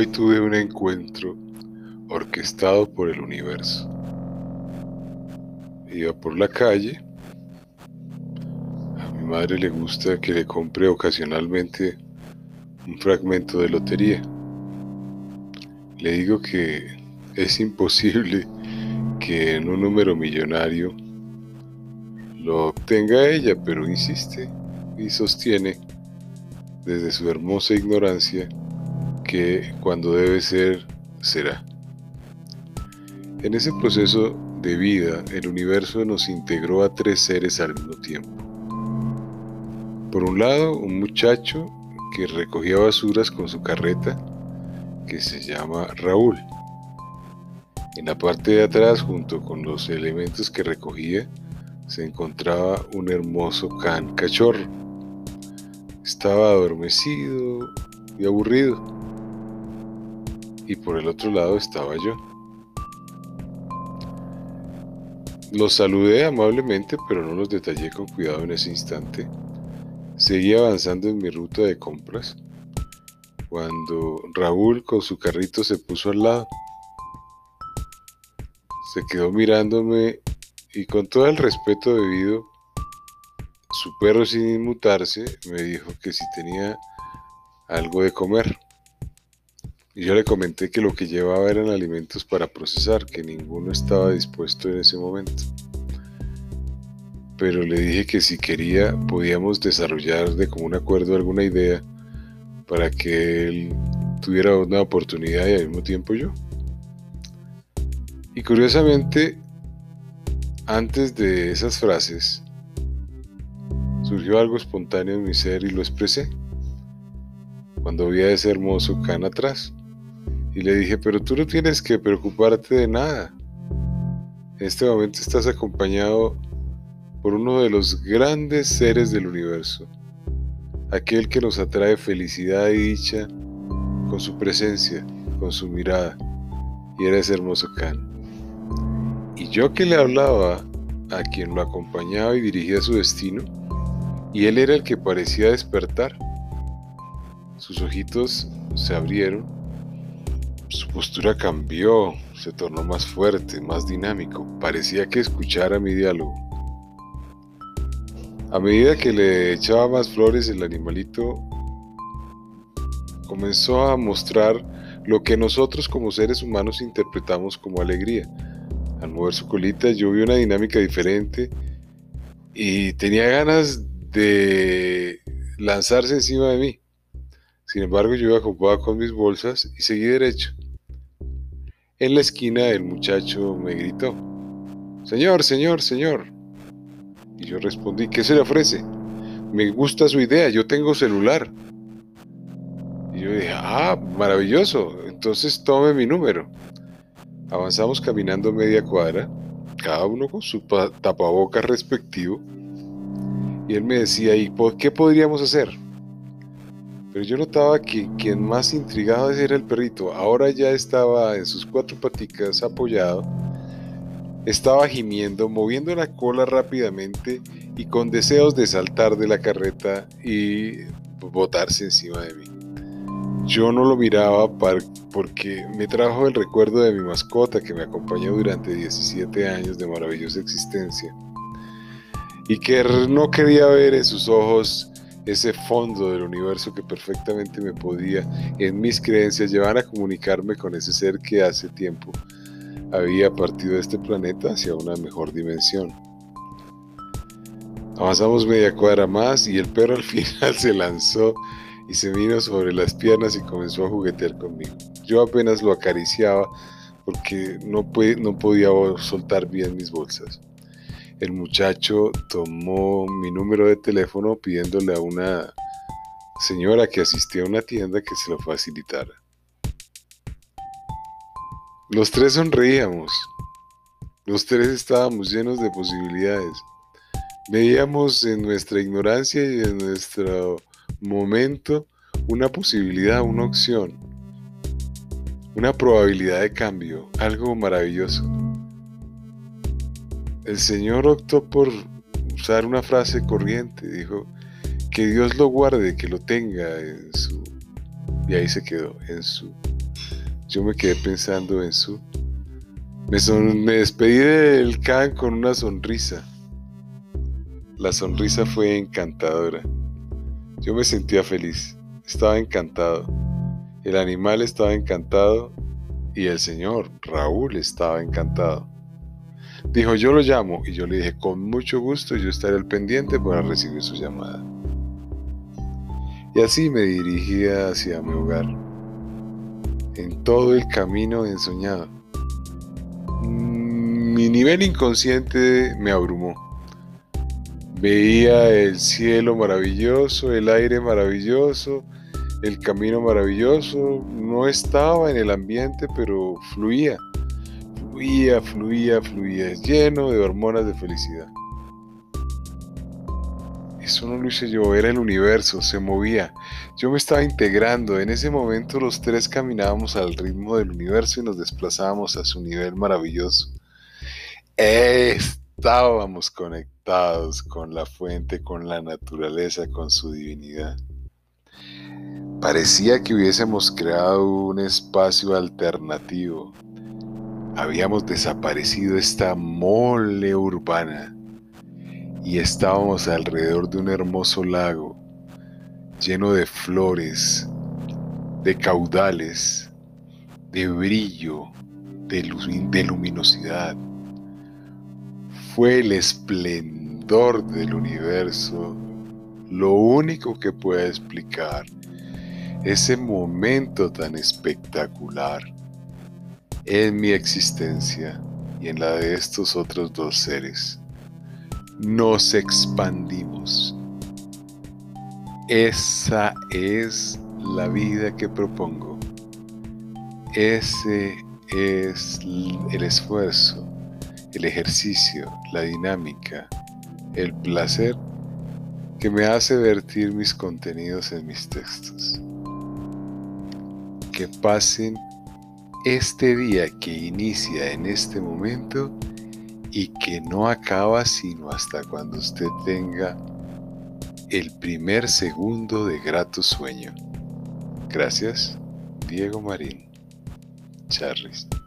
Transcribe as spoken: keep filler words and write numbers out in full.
Hoy tuve un encuentro orquestado por el universo. Iba por la calle. A mi madre le gusta que le compre ocasionalmente un fragmento de lotería. Le digo que es imposible que en un número millonario lo obtenga ella, pero insiste y sostiene desde su hermosa ignorancia que cuando debe ser, será. En ese proceso de vida, el universo nos integró a tres seres al mismo tiempo. Por un lado, un muchacho que recogía basuras con su carreta, que se llama Raúl. En la parte de atrás, junto con los elementos que recogía, se encontraba un hermoso can cachorro. Estaba adormecido y aburrido. Y por el otro lado estaba yo. Los saludé amablemente, pero no los detallé con cuidado en ese instante. Seguí avanzando en mi ruta de compras, cuando Raúl con su carrito se puso al lado. Se quedó mirándome y con todo el respeto debido, su perro sin inmutarse me dijo que si tenía algo de comer. Y yo le comenté que lo que llevaba eran alimentos para procesar, que ninguno estaba dispuesto en ese momento. Pero le dije que si quería podíamos desarrollar de común acuerdo alguna idea para que él tuviera una oportunidad y al mismo tiempo yo. Y curiosamente, antes de esas frases, surgió algo espontáneo en mi ser y lo expresé. Cuando vi a ese hermoso can atrás, y le dije, pero tú no tienes que preocuparte de nada. En este momento estás acompañado por uno de los grandes seres del universo, aquel que nos atrae felicidad y dicha con su presencia, con su mirada, y era ese hermoso can. Y yo que le hablaba a quien lo acompañaba y dirigía su destino, y él era el que parecía despertar. Sus ojitos se abrieron, su postura cambió, se tornó más fuerte, más dinámico, parecía que escuchara mi diálogo. A medida que le echaba más flores, el animalito comenzó a mostrar lo que nosotros como seres humanos interpretamos como alegría. Al mover su colita yo vi una dinámica diferente y tenía ganas de lanzarse encima de mí. Sin embargo, yo iba ocupado con mis bolsas y seguí derecho. En la esquina el muchacho me gritó, «Señor, señor, señor». Y yo respondí, «¿Qué se le ofrece? Me gusta su idea, yo tengo celular». Y yo dije, «Ah, maravilloso, entonces tome mi número». Avanzamos caminando media cuadra, cada uno con su tapabocas respectivo, y él me decía, ¿y por qué podríamos hacer? Pero yo notaba que quien más intrigado era el perrito. Ahora ya estaba en sus cuatro paticas apoyado, estaba gimiendo, moviendo la cola rápidamente y con deseos de saltar de la carreta y botarse encima de mí. Yo no lo miraba porque me trajo el recuerdo de mi mascota que me acompañó durante diecisiete años de maravillosa existencia y que no quería ver en sus ojos ese fondo del universo que perfectamente me podía, en mis creencias, llevar a comunicarme con ese ser que hace tiempo había partido de este planeta hacia una mejor dimensión. Avanzamos media cuadra más y el perro al final se lanzó y se vino sobre las piernas y comenzó a juguetear conmigo. Yo apenas lo acariciaba porque no, no podía soltar bien mis bolsas. El muchacho tomó mi número de teléfono pidiéndole a una señora que asistía a una tienda que se lo facilitara. Los tres sonreíamos. Los tres estábamos llenos de posibilidades. Veíamos en nuestra ignorancia y en nuestro momento una posibilidad, una opción, una probabilidad de cambio, algo maravilloso. El Señor optó por usar una frase corriente, dijo, que Dios lo guarde, que lo tenga en su... Y ahí se quedó, en su Yo me quedé pensando en Su. Me, son, me despedí del can con una sonrisa. La sonrisa fue encantadora. Yo me sentía feliz. Estaba encantado. El animal estaba encantado y el señor Raúl estaba encantado. Dijo, yo lo llamo, y yo le dije, con mucho gusto, yo estaré al pendiente para recibir su llamada. Y así me dirigía hacia mi hogar, en todo el camino ensoñado. Mi nivel inconsciente me abrumó. Veía el cielo maravilloso, el aire maravilloso, el camino maravilloso. No estaba en el ambiente, pero fluía. Fluía, fluía, fluía, lleno de hormonas de felicidad. Eso no lo hice yo, era el universo, se movía. Yo me estaba integrando. En ese momento los tres caminábamos al ritmo del universo y nos desplazábamos a su nivel maravilloso. Estábamos conectados con la fuente, con la naturaleza, con su divinidad. Parecía que hubiésemos creado un espacio alternativo. Habíamos desaparecido esta mole urbana y estábamos alrededor de un hermoso lago lleno de flores, de caudales, de brillo, de, luz, de luminosidad. Fue el esplendor del universo lo único que puede explicar ese momento tan espectacular en mi existencia y en la de estos otros dos seres. Nos expandimos. Esa es la vida que propongo. Ese es el esfuerzo, el ejercicio, la dinámica, el placer que me hace vertir mis contenidos en mis textos. Que pasen este día que inicia en este momento y que no acaba sino hasta cuando usted tenga el primer segundo de grato sueño. Gracias, Diego Marín. Charris.